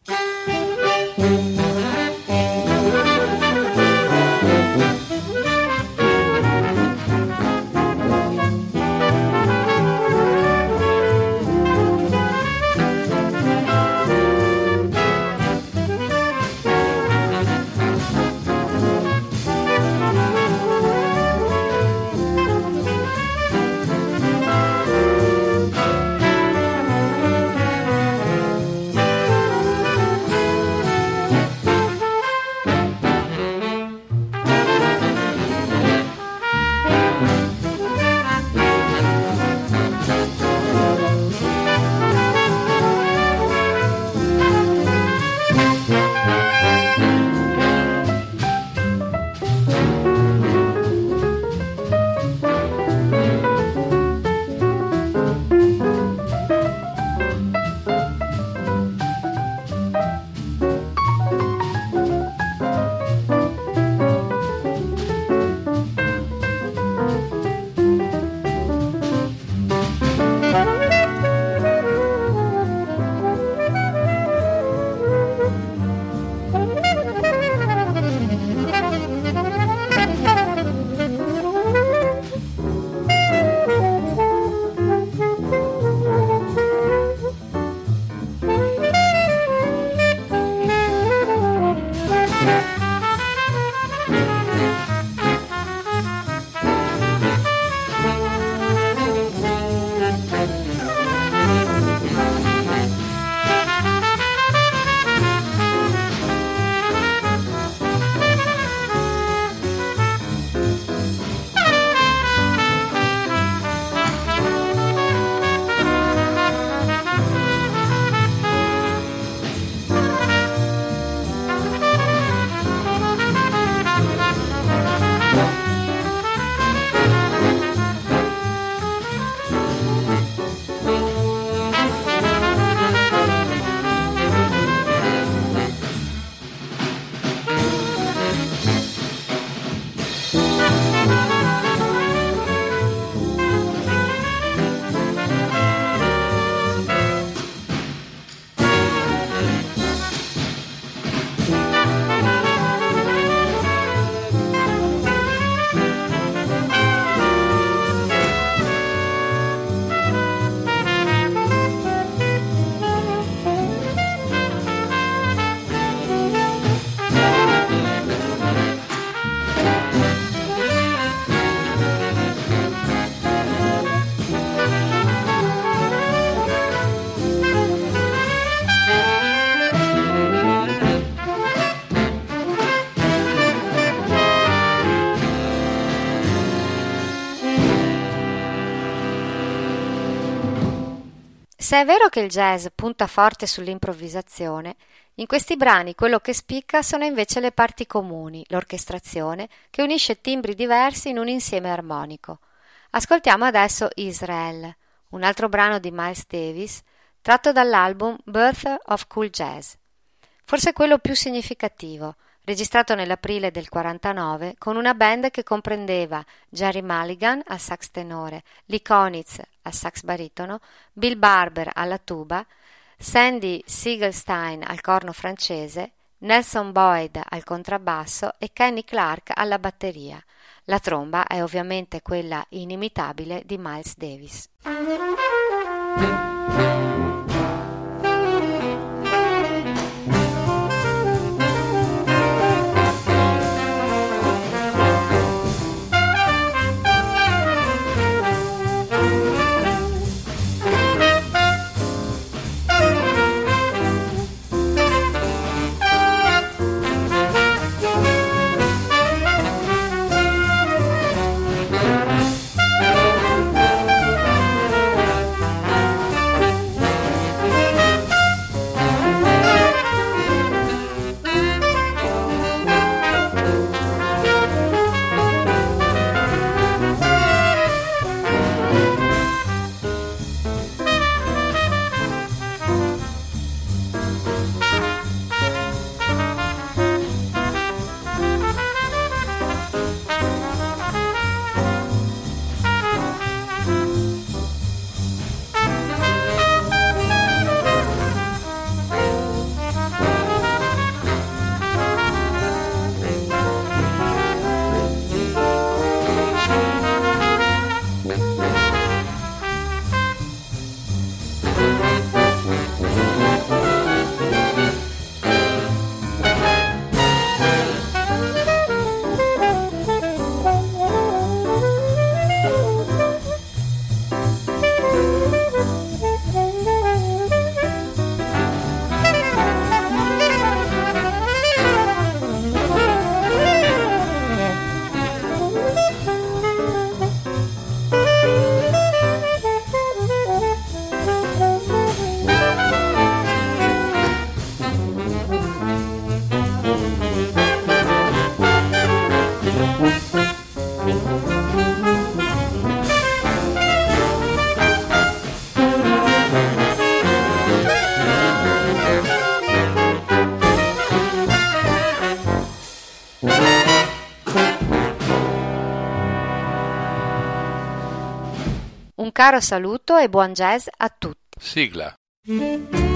Se è vero che il jazz punta forte sull'improvvisazione, in questi brani quello che spicca sono invece le parti comuni, l'orchestrazione, che unisce timbri diversi in un insieme armonico. Ascoltiamo adesso Israel, un altro brano di Miles Davis, tratto dall'album Birth of Cool Jazz. Forse quello più significativo, registrato nell'aprile del 49 con una band che comprendeva Gerry Mulligan al sax tenore, Lee Konitz al sax baritono, Bill Barber alla tuba, Sandy Siegelstein al corno francese, Nelson Boyd al contrabbasso e Kenny Clark alla batteria. La tromba è ovviamente quella inimitabile di Miles Davis. Un caro saluto e buon jazz a tutti. Sigla.